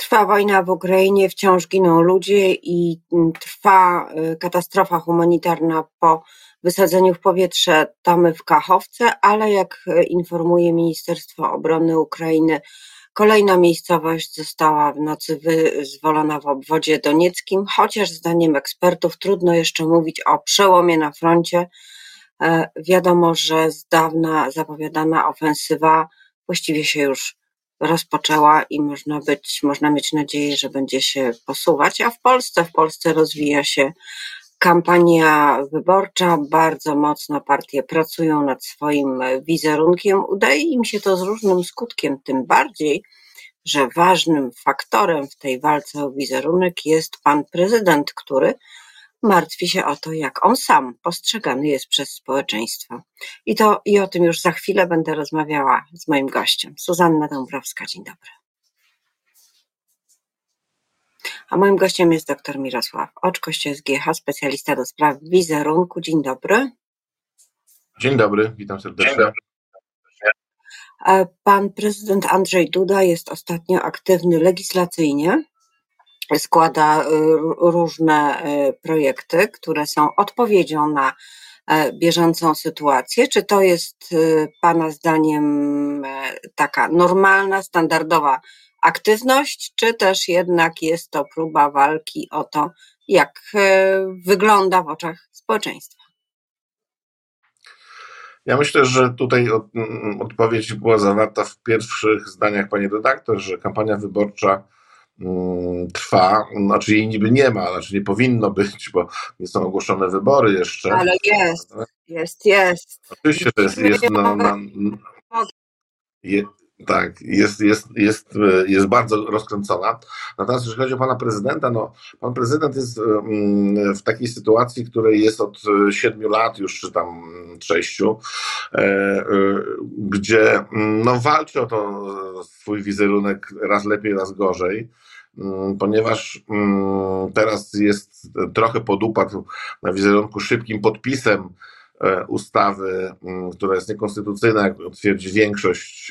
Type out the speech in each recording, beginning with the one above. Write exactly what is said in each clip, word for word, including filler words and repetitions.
Trwa wojna w Ukrainie, wciąż giną ludzie i trwa katastrofa humanitarna po wysadzeniu w powietrze tamy w Kachowce, ale jak informuje Ministerstwo Obrony Ukrainy, kolejna miejscowość została w nocy wyzwolona w obwodzie donieckim, chociaż zdaniem ekspertów trudno jeszcze mówić o przełomie na froncie. Wiadomo, że z dawna zapowiadana ofensywa właściwie się już rozpoczęła i można być, można mieć nadzieję, że będzie się posuwać, a w Polsce, w Polsce rozwija się kampania wyborcza, bardzo mocno partie pracują nad swoim wizerunkiem, udaje im się to z różnym skutkiem, tym bardziej, że ważnym faktorem w tej walce o wizerunek jest pan prezydent, który martwi się o to, jak on sam postrzegany jest przez społeczeństwo. I to i o tym już za chwilę będę rozmawiała z moim gościem. Zuzanna Dąbrowska, dzień dobry. A moim gościem jest dr Mirosław Oczkoś, S G H, specjalista do spraw wizerunku. Dzień dobry. Dzień dobry, witam serdecznie. Pan prezydent Andrzej Duda jest ostatnio aktywny legislacyjnie. Składa różne projekty, które są odpowiedzią na bieżącą sytuację. Czy to jest pana zdaniem taka normalna, standardowa aktywność, czy też jednak jest to próba walki o to, jak wygląda w oczach społeczeństwa? Ja myślę, że tutaj od, odpowiedź była zawarta w pierwszych zdaniach pani redaktor, że kampania wyborcza trwa, znaczy jej niby nie ma, znaczy nie powinno być, bo nie są ogłoszone wybory jeszcze. Ale jest, jest, jest. Oczywiście, że jest, jest no, na, je, tak, jest, jest, jest, jest bardzo rozkręcona. Natomiast jeżeli chodzi o pana prezydenta, no pan prezydent jest w takiej sytuacji, której jest od siedmiu lat już, czy tam sześciu, gdzie no walczy o to swój wizerunek raz lepiej, raz gorzej, ponieważ teraz jest trochę podupadł na wizerunku szybkim podpisem ustawy, która jest niekonstytucyjna, jak twierdzi większość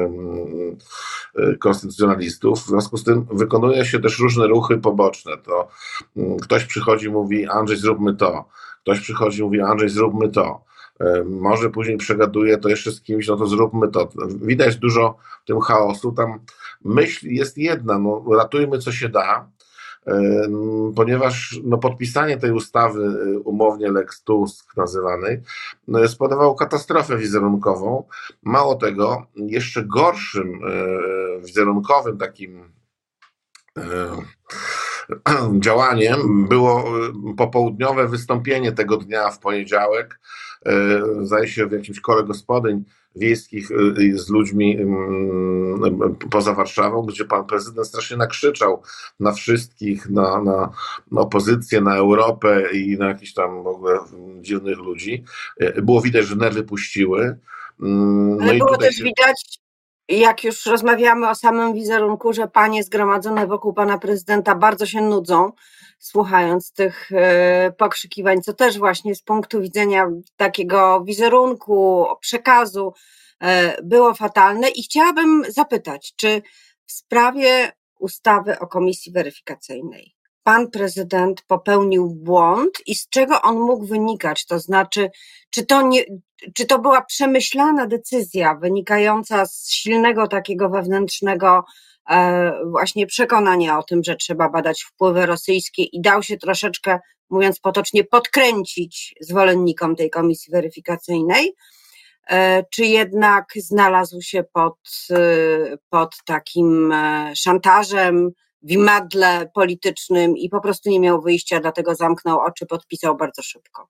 konstytucjonalistów. W związku z tym wykonuje się też różne ruchy poboczne. To ktoś przychodzi i mówi: Andrzej, zróbmy to. Ktoś przychodzi i mówi: Andrzej, zróbmy to. Może później przegaduje to jeszcze z kimś, no to zróbmy to. Widać dużo w tym chaosu. Tam myśl jest jedna, no ratujmy co się da, ponieważ no, podpisanie tej ustawy, umownie Lex Tusk nazywanej, no, spowodowało katastrofę wizerunkową. Mało tego, jeszcze gorszym wizerunkowym takim działaniem było popołudniowe wystąpienie tego dnia w poniedziałek, zdaje się w jakimś kole gospodyń wiejskich z ludźmi poza Warszawą, gdzie pan prezydent strasznie nakrzyczał na wszystkich, na, na, na opozycję, na Europę i na jakichś tam w ogóle dziwnych ludzi. Było widać, że nerwy puściły. No ale i było też się... widać, jak już rozmawiamy o samym wizerunku, że panie zgromadzone wokół pana prezydenta bardzo się nudzą, słuchając tych pokrzykiwań, co też właśnie z punktu widzenia takiego wizerunku, przekazu było fatalne. I chciałabym zapytać, czy w sprawie ustawy o komisji weryfikacyjnej pan prezydent popełnił błąd i z czego on mógł wynikać? To znaczy, czy to, nie, czy to była przemyślana decyzja wynikająca z silnego takiego wewnętrznego właśnie przekonania o tym, że trzeba badać wpływy rosyjskie i dał się troszeczkę, mówiąc potocznie, podkręcić zwolennikom tej komisji weryfikacyjnej, czy jednak znalazł się pod, pod takim szantażem, w imadle politycznym i po prostu nie miał wyjścia, dlatego zamknął oczy, podpisał bardzo szybko?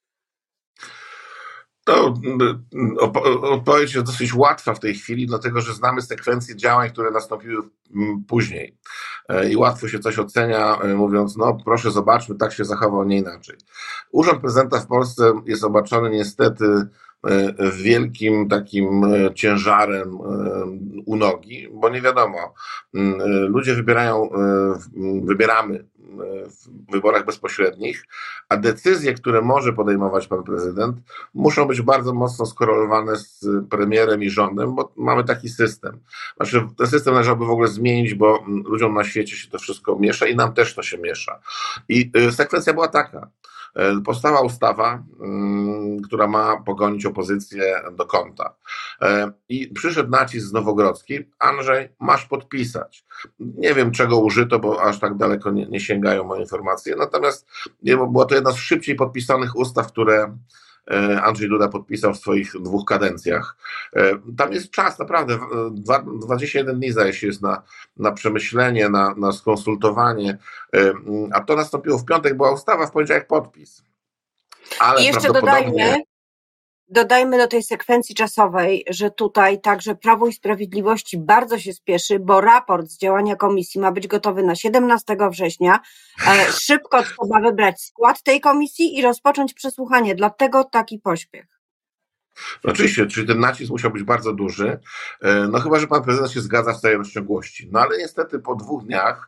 To odpowiedź jest dosyć łatwa w tej chwili, dlatego że znamy sekwencję działań, które nastąpiły później. I łatwo się coś ocenia, mówiąc: no proszę, zobaczmy, tak się zachował, nie inaczej. Urząd prezydenta w Polsce jest obarczony niestety wielkim takim ciężarem u nogi, bo nie wiadomo, ludzie wybierają, wybieramy w wyborach bezpośrednich, a decyzje, które może podejmować pan prezydent, muszą być bardzo mocno skorelowane z premierem i rządem, bo mamy taki system. Znaczy, ten system należałoby w ogóle zmienić, bo ludziom na świecie się to wszystko miesza i nam też to się miesza. I sekwencja była taka. Powstała ustawa, która ma pogonić opozycję do kąta. I przyszedł nacisk z Nowogrodzkiej: Andrzej, masz podpisać. Nie wiem, czego użyto, bo aż tak daleko nie, nie sięgają moje informacje. Natomiast była to jedna z szybciej podpisanych ustaw, które Andrzej Duda podpisał w swoich dwóch kadencjach. Tam jest czas, naprawdę, dwadzieścia jeden dni zdaje się jest na, na przemyślenie, na, na skonsultowanie, a to nastąpiło w piątek, była ustawa, w poniedziałek podpis. Ale I jeszcze prawdopodobnie... dodajmy, dodajmy do tej sekwencji czasowej, że tutaj także Prawo i Sprawiedliwości bardzo się spieszy, bo raport z działania komisji ma być gotowy na siedemnastego września. Szybko trzeba wybrać skład tej komisji i rozpocząć przesłuchanie, dlatego taki pośpiech. Oczywiście, czyli ten nacisk musiał być bardzo duży, no chyba że pan prezydent się zgadza w całej rozciągłości. No ale niestety po dwóch dniach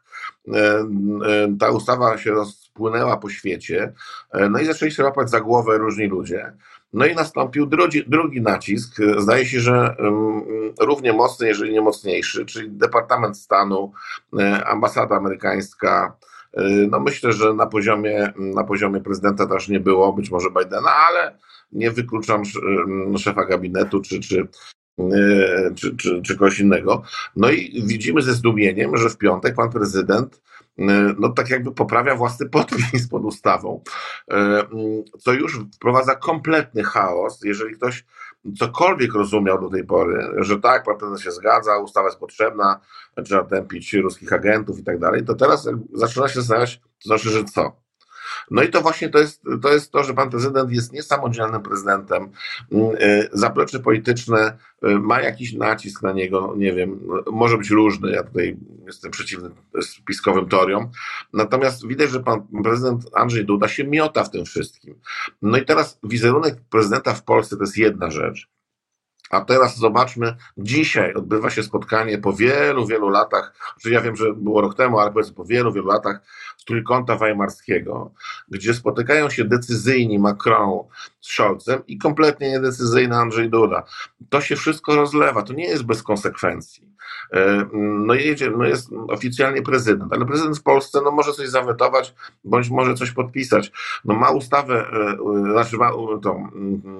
ta ustawa się rozpłynęła po świecie, no i zaczęli się łapać za głowę różni ludzie. No i nastąpił drugi, drugi nacisk, zdaje się, że równie mocny, jeżeli nie mocniejszy, czyli Departament Stanu, ambasada amerykańska. No myślę, że na poziomie, na poziomie prezydenta też nie było, być może Bidena, ale nie wykluczam szefa gabinetu czy, czy, czy, czy, czy kogoś innego. No i widzimy ze zdumieniem, że w piątek pan prezydent no tak jakby poprawia własny podpis pod ustawą, co już wprowadza kompletny chaos. Jeżeli ktoś cokolwiek rozumiał do tej pory, że tak, pan prezydent się zgadza, ustawa jest potrzebna, trzeba tępić ruskich agentów i tak dalej, to teraz zaczyna się zastanawiać, to znaczy, że co? No i to właśnie to jest, to jest to, że pan prezydent jest niesamodzielnym prezydentem. Zaplecze polityczne ma jakiś nacisk na niego, nie wiem, może być różny, ja tutaj jestem przeciwny spiskowym teoriom. Natomiast widać, że pan prezydent Andrzej Duda się miota w tym wszystkim. No i teraz wizerunek prezydenta w Polsce to jest jedna rzecz. A teraz zobaczmy, dzisiaj odbywa się spotkanie po wielu, wielu latach, czyli ja wiem, że było rok temu, ale powiedzmy po wielu, wielu latach, z Trójkąta Weimarskiego, gdzie spotykają się decyzyjni Macron z Scholzem i kompletnie niedecyzyjny Andrzej Duda. To się wszystko rozlewa, to nie jest bez konsekwencji. No, jedzie, no jest oficjalnie prezydent, ale prezydent w Polsce no może coś zawetować, bądź może coś podpisać. No ma ustawę, znaczy ma tą...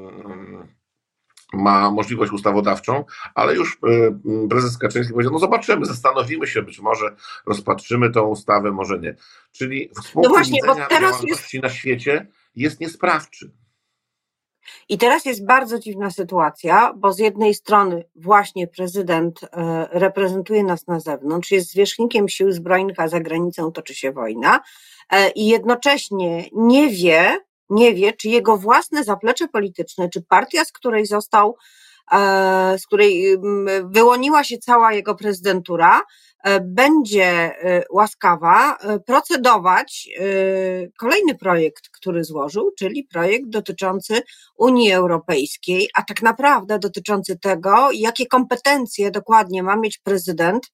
ma możliwość ustawodawczą, ale już prezes Kaczyński powiedział, no zobaczymy, zastanowimy się, być może rozpatrzymy tą ustawę, może nie. Czyli z punktu no właśnie, widzenia bo teraz działalności jest... na świecie jest niesprawczy. I teraz jest bardzo dziwna sytuacja, bo z jednej strony właśnie prezydent reprezentuje nas na zewnątrz, jest zwierzchnikiem sił zbrojnych, a za granicą toczy się wojna i jednocześnie nie wie, nie wie, czy jego własne zaplecze polityczne, czy partia, z której został, z której wyłoniła się cała jego prezydentura, będzie łaskawa procedować kolejny projekt, który złożył, czyli projekt dotyczący Unii Europejskiej, a tak naprawdę dotyczący tego, jakie kompetencje dokładnie ma mieć prezydent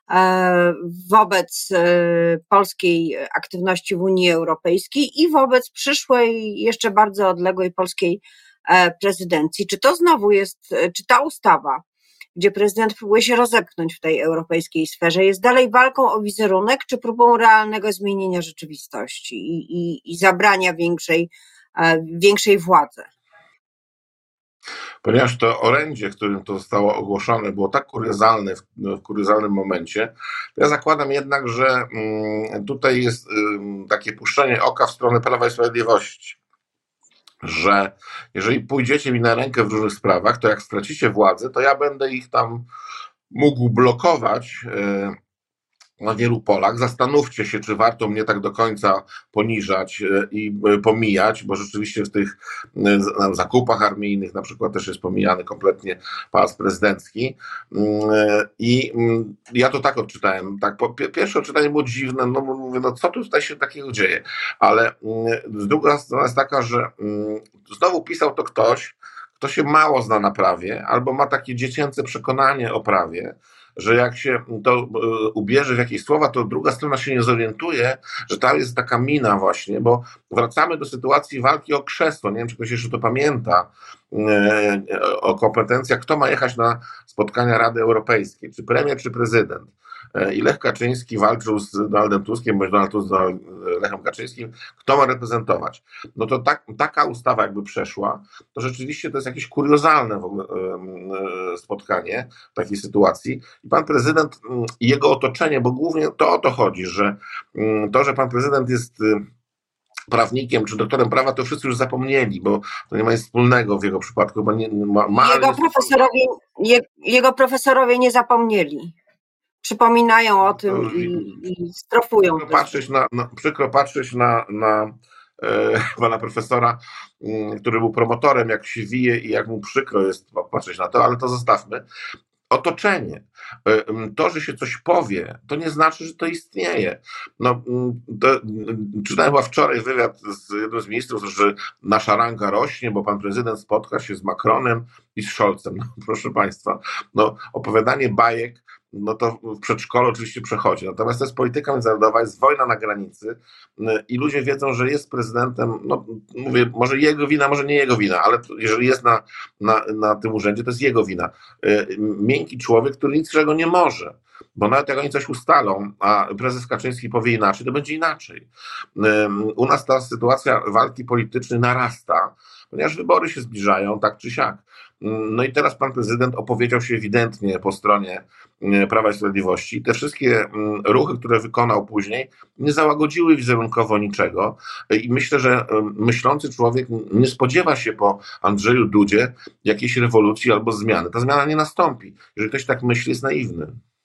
wobec polskiej aktywności w Unii Europejskiej i wobec przyszłej, jeszcze bardzo odległej polskiej prezydencji. Czy to znowu jest, czy ta ustawa, gdzie prezydent próbuje się rozepchnąć w tej europejskiej sferze, jest dalej walką o wizerunek, czy próbą realnego zmienienia rzeczywistości i, i, i zabrania większej, większej władzy? Ponieważ to orędzie, w którym to zostało ogłoszone, było tak kuriozalne w, w kuriozalnym momencie, to ja zakładam jednak, że mm, tutaj jest y, takie puszczenie oka w stronę Prawa i Sprawiedliwości. Że jeżeli pójdziecie mi na rękę w różnych sprawach, to jak stracicie władzę, to ja będę ich tam mógł blokować y, na wielu polach. Zastanówcie się, czy warto mnie tak do końca poniżać i pomijać, bo rzeczywiście w tych zakupach armijnych na przykład też jest pomijany kompletnie pałac prezydencki. I ja to tak odczytałem. Tak, pierwsze odczytanie było dziwne, no mówię, no co tu tutaj się takiego dzieje? Ale druga strona jest taka, że znowu pisał to ktoś, kto się mało zna na prawie, albo ma takie dziecięce przekonanie o prawie, że jak się to ubierze w jakieś słowa, to druga strona się nie zorientuje, że tam jest taka mina właśnie, bo wracamy do sytuacji walki o krzesło. Nie wiem, czy ktoś jeszcze to pamięta, o kompetencjach, kto ma jechać na spotkania Rady Europejskiej, czy premier, czy prezydent. I Lech Kaczyński walczył z Donaldem Tuskiem, bądź Donald Tusk z Lechem Kaczyńskim, kto ma reprezentować. No to tak, taka ustawa jakby przeszła, to rzeczywiście to jest jakieś kuriozalne w ogóle spotkanie w takiej sytuacji. I pan prezydent i jego otoczenie, bo głównie to o to chodzi, że to, że pan prezydent jest prawnikiem czy doktorem prawa, to wszyscy już zapomnieli, bo to nie ma nic wspólnego w jego przypadku. Bo nie, ma, ma jego, profesorowie, je, jego profesorowie nie zapomnieli. Przypominają o tym i, i strofują. Przykro patrzeć na, na, przykro patrzeć na, na e, pana profesora, m, który był promotorem, jak się wije i jak mu przykro jest patrzeć na to, ale to zostawmy. Otoczenie. To, że się coś powie, to nie znaczy, że to istnieje. No, to, czytałem chyba wczoraj wywiad z jednym z ministrów, że nasza ranga rośnie, bo pan prezydent spotka się z Macronem i z Scholzem. No, proszę państwa, no, opowiadanie bajek, no to w przedszkolu oczywiście przechodzi. Natomiast to jest polityka międzynarodowa, jest wojna na granicy i ludzie wiedzą, że jest prezydentem, no mówię, może jego wina, może nie jego wina, ale jeżeli jest na, na, na tym urzędzie, to jest jego wina. Miękki człowiek, który niczego nie może, bo nawet jak oni coś ustalą, a prezes Kaczyński powie inaczej, to będzie inaczej. U nas ta sytuacja walki politycznej narasta, ponieważ wybory się zbliżają, tak czy siak. No i teraz pan prezydent opowiedział się ewidentnie po stronie Prawa i Sprawiedliwości. Te wszystkie ruchy, które wykonał później, nie załagodziły wizerunkowo niczego i myślę, że myślący człowiek nie spodziewa się po Andrzeju Dudzie jakiejś rewolucji albo zmiany. Ta zmiana nie nastąpi. Jeżeli ktoś tak myśli, jest naiwny.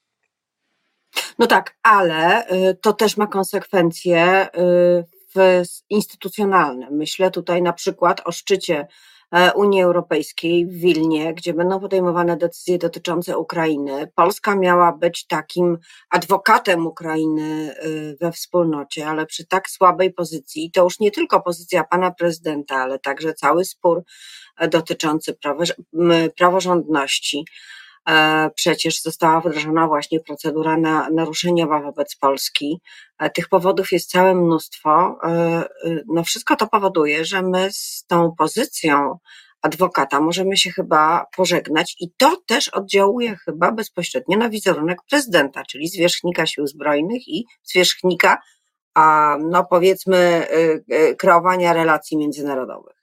No tak, ale to też ma konsekwencje instytucjonalne. Myślę tutaj na przykład o szczycie Unii Europejskiej w Wilnie, gdzie będą podejmowane decyzje dotyczące Ukrainy. Polska miała być takim adwokatem Ukrainy we wspólnocie, ale przy tak słabej pozycji, i to już nie tylko pozycja pana prezydenta, ale także cały spór dotyczący praworządności. Przecież została wdrożona właśnie procedura na, naruszeniowa wobec Polski. Tych powodów jest całe mnóstwo. No wszystko to powoduje, że my z tą pozycją adwokata możemy się chyba pożegnać i to też oddziałuje chyba bezpośrednio na wizerunek prezydenta, czyli zwierzchnika sił zbrojnych i zwierzchnika, no powiedzmy, kreowania relacji międzynarodowych.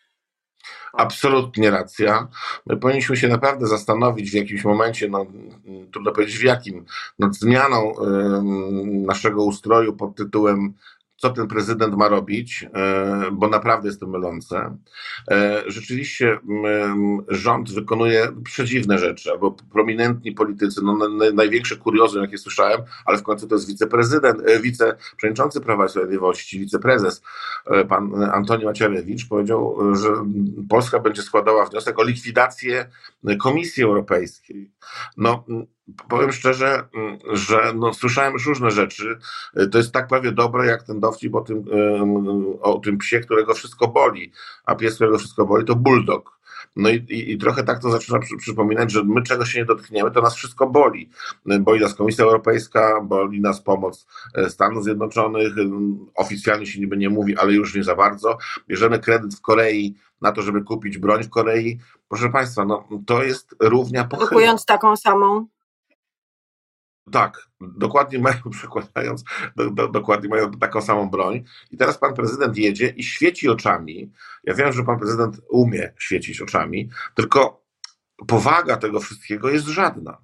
Absolutnie racja. My powinniśmy się naprawdę zastanowić w jakimś momencie, no, trudno powiedzieć w jakim, nad zmianą y, naszego ustroju pod tytułem co ten prezydent ma robić, bo naprawdę jest to mylące. Rzeczywiście rząd wykonuje przedziwne rzeczy, albo prominentni politycy, no największe kuriozum, jakie słyszałem, ale w końcu to jest wiceprezydent, wiceprzewodniczący Prawa i Sprawiedliwości, wiceprezes, pan Antoni Macierewicz powiedział, że Polska będzie składała wniosek o likwidację Komisji Europejskiej. No, powiem szczerze, że no, słyszałem już różne rzeczy. To jest tak prawie dobre, jak ten dowcip o tym, o tym psie, którego wszystko boli, a pies, którego wszystko boli, to bulldog. No i, i, i trochę tak to zaczyna przy, przypominać, że my czego się nie dotkniemy, to nas wszystko boli. Boli nas Komisja Europejska, boli nas pomoc Stanów Zjednoczonych, oficjalnie się niby nie mówi, ale już nie za bardzo. Bierzemy kredyt w Korei na to, żeby kupić broń w Korei. Proszę Państwa, no, to jest równia pochyła. Kupując taką samą. Tak, dokładnie mają, przekładając, do, do, dokładnie mają taką samą broń. I teraz pan prezydent jedzie i świeci oczami. Ja wiem, że pan prezydent umie świecić oczami, tylko powaga tego wszystkiego jest żadna.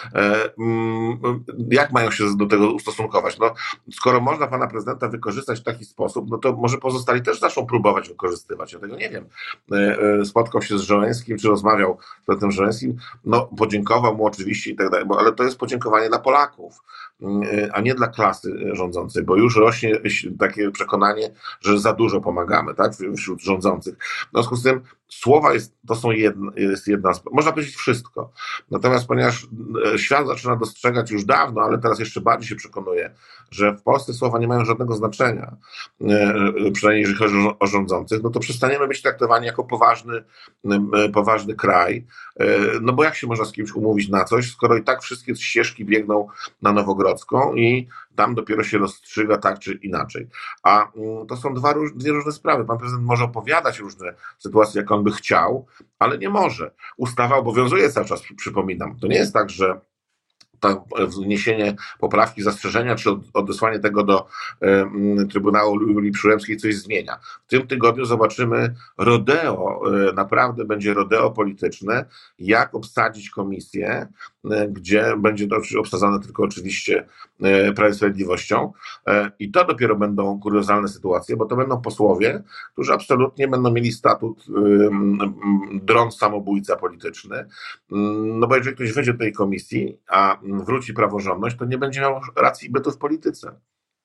Jak mają się do tego ustosunkować? No, skoro można pana prezydenta wykorzystać w taki sposób, no to może pozostali też zaczną próbować wykorzystywać. Ja tego nie wiem. Spotkał się z Żeleńskim, czy rozmawiał z prezydentem Żeleńskim, no podziękował mu oczywiście i tak dalej, ale to jest podziękowanie dla Polaków. a nie dla klasy rządzącej, bo już rośnie takie przekonanie, że za dużo pomagamy, tak, wśród rządzących. W związku z tym słowa jest, to są jedna, jest jedna, można powiedzieć wszystko. Natomiast ponieważ świat zaczyna dostrzegać już dawno, ale teraz jeszcze bardziej się przekonuje, że w Polsce słowa nie mają żadnego znaczenia, przynajmniej jeżeli chodzi o rządzących, no to przestaniemy być traktowani jako poważny, poważny kraj. No bo jak się można z kimś umówić na coś, skoro i tak wszystkie ścieżki biegną na Nowogrodzką i tam dopiero się rozstrzyga tak czy inaczej. A to są dwa, dwie różne sprawy. Pan prezydent może opowiadać różne sytuacje, jak on by chciał, ale nie może. Ustawa obowiązuje cały czas, przypominam. To nie jest tak, że to wniesienie poprawki, zastrzeżenia, czy odesłanie tego do y, Trybunału Julii Przyłębskiej coś zmienia. W tym tygodniu zobaczymy rodeo, y, naprawdę będzie rodeo polityczne, jak obsadzić komisję, y, gdzie będzie to obsadzone tylko oczywiście y, Prawo i Sprawiedliwością y, i to dopiero będą kuriozalne sytuacje, bo to będą posłowie, którzy absolutnie będą mieli statut y, y, dron samobójca polityczny, y, no bo jeżeli ktoś wejdzie do tej komisji, a wróci praworządność, to nie będzie miał racji bytu w polityce.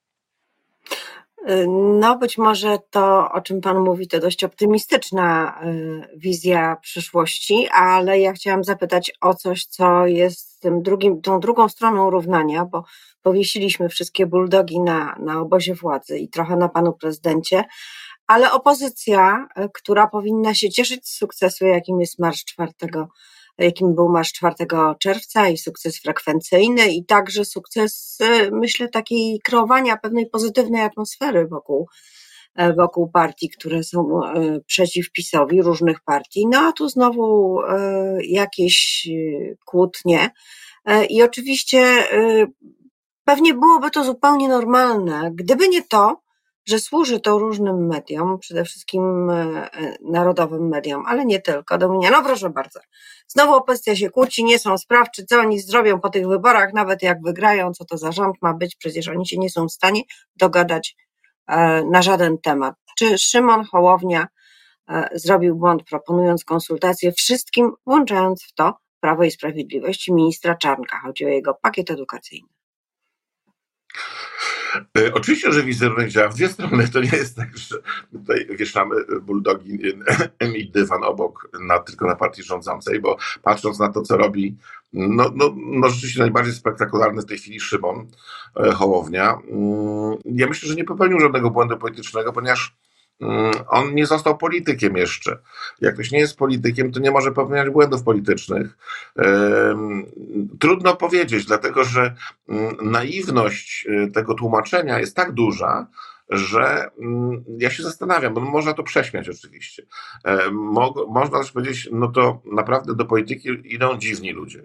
No być może to, o czym Pan mówi, to dość optymistyczna wizja przyszłości, ale ja chciałam zapytać o coś, co jest tym drugim, tą drugą stroną równania, bo powiesiliśmy wszystkie buldogi na, na obozie władzy i trochę na Panu Prezydencie, ale opozycja, która powinna się cieszyć z sukcesu, jakim jest Marsz czwartego jakim był Marsz czwartego czerwca i sukces frekwencyjny i także sukces, myślę, takiej kreowania pewnej pozytywnej atmosfery wokół, wokół partii, które są przeciw PiS-owi, różnych partii. No a tu znowu jakieś kłótnie i oczywiście pewnie byłoby to zupełnie normalne, gdyby nie to, że służy to różnym mediom, przede wszystkim narodowym mediom, ale nie tylko. Do mnie, no proszę bardzo, znowu opozycja się kłóci, nie są sprawczy, co oni zrobią po tych wyborach, nawet jak wygrają, co to za rząd ma być, przecież oni się nie są w stanie dogadać na żaden temat. Czy Szymon Hołownia zrobił błąd, proponując konsultacje wszystkim, włączając w to Prawo i Sprawiedliwość i ministra Czarnka? Chodzi o jego pakiet edukacyjny. Oczywiście, że wizerunek działa w dwie strony. To nie jest tak, że tutaj wieszamy buldogi i dywan obok, na, tylko na partii rządzącej, bo patrząc na to, co robi, no, no, no rzeczywiście najbardziej spektakularny w tej chwili Szymon Hołownia, ja myślę, że nie popełnił żadnego błędu politycznego, ponieważ on nie został politykiem jeszcze. Jak ktoś nie jest politykiem, to nie może popełniać błędów politycznych. Trudno powiedzieć, dlatego że naiwność tego tłumaczenia jest tak duża, że ja się zastanawiam, bo można to prześmiać oczywiście. Mo- można też powiedzieć, no to naprawdę do polityki idą dziwni ludzie.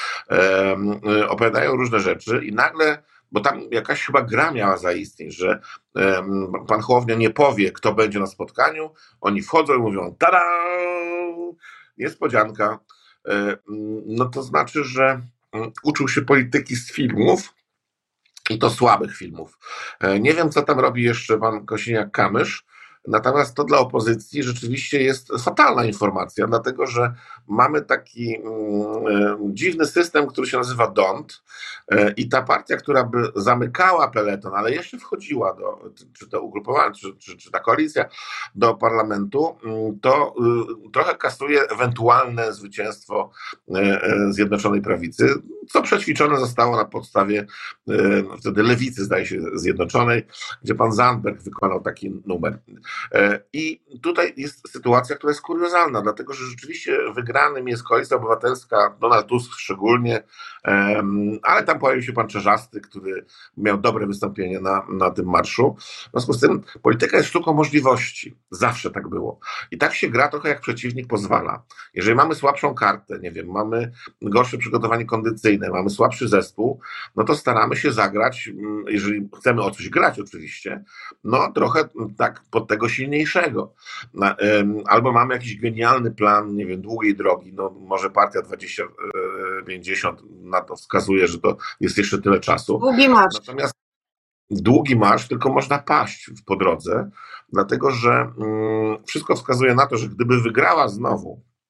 Opowiadają różne rzeczy i nagle, bo tam jakaś chyba gra miała zaistnieć, że um, pan Hołownia nie powie, kto będzie na spotkaniu, oni wchodzą i mówią tada, niespodzianka. No to znaczy, że uczył się polityki z filmów i to słabych filmów. Nie wiem, co tam robi jeszcze pan Kosiniak-Kamysz, natomiast to dla opozycji rzeczywiście jest fatalna informacja, dlatego że mamy taki mm, dziwny system, który się nazywa D O N T i ta partia, która by zamykała peleton, ale jeszcze wchodziła do, czy to ugrupowanie, czy, czy, czy ta koalicja do parlamentu, to y, trochę kasuje ewentualne zwycięstwo y, y, Zjednoczonej Prawicy, co przećwiczone zostało na podstawie y, wtedy Lewicy, zdaje się, Zjednoczonej, gdzie pan Zandberg wykonał taki numer. I tutaj jest sytuacja, która jest kuriozalna, dlatego że rzeczywiście wygranym jest Koalicja Obywatelska, Donald Tusk szczególnie, ale tam pojawił się pan Czerzasty, który miał dobre wystąpienie na, na tym marszu. W związku z tym polityka jest sztuką możliwości. Zawsze tak było. I tak się gra trochę jak przeciwnik pozwala. Jeżeli mamy słabszą kartę, nie wiem, mamy gorsze przygotowanie kondycyjne, mamy słabszy zespół, no to staramy się zagrać, jeżeli chcemy o coś grać oczywiście, no trochę tak pod tego silniejszego. Albo mamy jakiś genialny plan, nie wiem, długiej drogi, no może partia dwadzieścia pięćdziesiąt na to wskazuje, że to jest jeszcze tyle czasu. Długi marsz. Natomiast długi marsz, tylko można paść po drodze, dlatego że mm, wszystko wskazuje na to, że gdyby wygrała znowu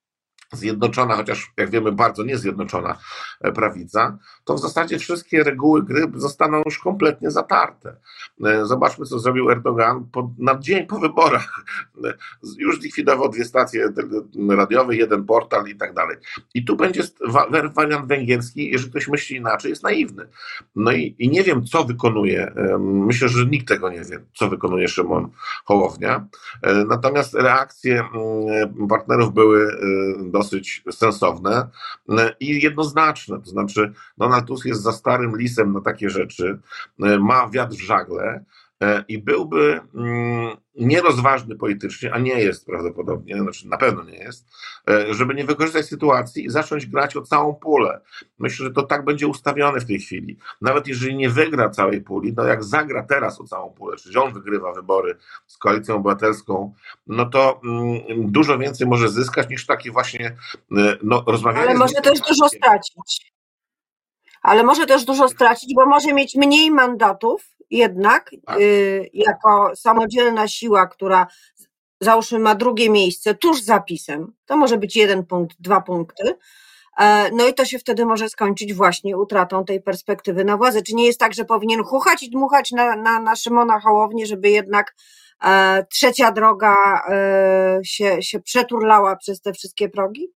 zjednoczona, chociaż jak wiemy bardzo niezjednoczona prawica, to w zasadzie wszystkie reguły gry zostaną już kompletnie zatarte. Zobaczmy, co zrobił Erdogan po, na dzień po wyborach. Już zlikwidował dwie stacje radiowe, jeden portal i tak dalej. I tu będzie wariant węgierski, jeżeli ktoś myśli inaczej, jest naiwny. No i, i nie wiem, co wykonuje, myślę, że nikt tego nie wie, co wykonuje Szymon Hołownia. Natomiast reakcje partnerów były dosyć sensowne i jednoznaczne. To znaczy, Donald Tusk jest za starym lisem na takie rzeczy, ma wiatr w żagle i byłby nierozważny politycznie, a nie jest prawdopodobnie, znaczy na pewno nie jest, żeby nie wykorzystać sytuacji i zacząć grać o całą pulę. Myślę, że to tak będzie ustawione w tej chwili. Nawet jeżeli nie wygra całej puli, no jak zagra teraz o całą pulę, czyli on wygrywa wybory z Koalicją Obywatelską, no to dużo więcej może zyskać niż takie właśnie no, rozmawianie. Ale może też dużo stracić. Ale może też dużo stracić, bo może mieć mniej mandatów jednak tak. y, jako samodzielna siła, która załóżmy ma drugie miejsce tuż za PiS-em. To może być jeden punkt, dwa punkty. No i to się wtedy może skończyć właśnie utratą tej perspektywy na władzę. Czy nie jest tak, że powinien chuchać i dmuchać na, na, na Szymona Hołownię, żeby jednak e, trzecia droga e, się, się przeturlała przez te wszystkie progi?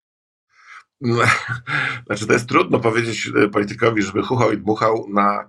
Znaczy to jest trudno powiedzieć politykowi, żeby chuchał i dmuchał na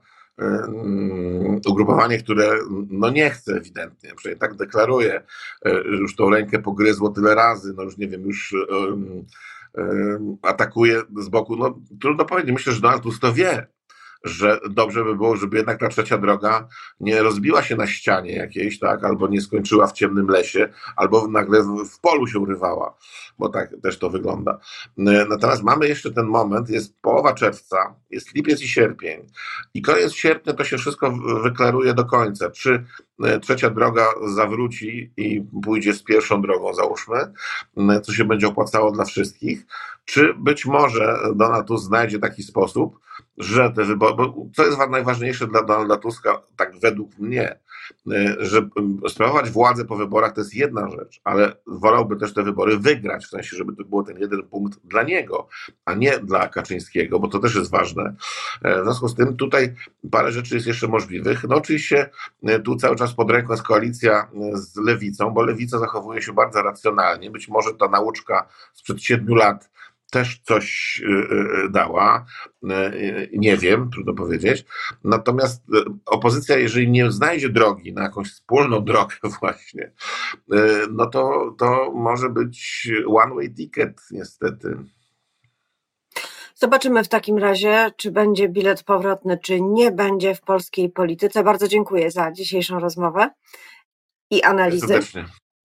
um, ugrupowanie, które no nie chce ewidentnie, przecież tak deklaruje, już tą rękę pogryzło tyle razy, no już nie wiem, już um, um, atakuje z boku, no trudno powiedzieć, myślę, że Donald Tusk to wie, że dobrze by było, żeby jednak ta trzecia droga nie rozbiła się na ścianie jakiejś, tak, albo nie skończyła w ciemnym lesie, albo nagle w polu się urywała, bo tak też to wygląda. Natomiast mamy jeszcze ten moment, jest połowa czerwca, jest lipiec i sierpień i koniec sierpnia to się wszystko wyklaruje do końca, czy trzecia droga zawróci i pójdzie z pierwszą drogą, załóżmy, co się będzie opłacało dla wszystkich, czy być może Donald Tusk znajdzie taki sposób, że te wybory, bo co jest najważniejsze dla Donalda Tuska, tak według mnie, że sprawować władzę po wyborach to jest jedna rzecz, ale wolałby też te wybory wygrać, w sensie, żeby to było ten jeden punkt dla niego, a nie dla Kaczyńskiego, bo to też jest ważne. W związku z tym tutaj parę rzeczy jest jeszcze możliwych. No oczywiście tu cały czas pod ręką jest koalicja z Lewicą, bo Lewica zachowuje się bardzo racjonalnie. Być może ta nauczka sprzed siedmiu lat też coś dała, nie wiem, trudno powiedzieć. Natomiast opozycja, jeżeli nie znajdzie drogi na jakąś wspólną drogę właśnie, no to, to może być one way ticket niestety. Zobaczymy w takim razie, czy będzie bilet powrotny, czy nie będzie w polskiej polityce. Bardzo dziękuję za dzisiejszą rozmowę i analizy. Serdecznie.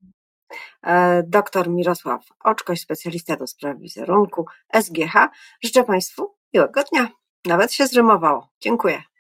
Doktor Mirosław Oczkoś, specjalista do spraw wizerunku S G H. Życzę Państwu miłego dnia. Nawet się zrymowało. Dziękuję.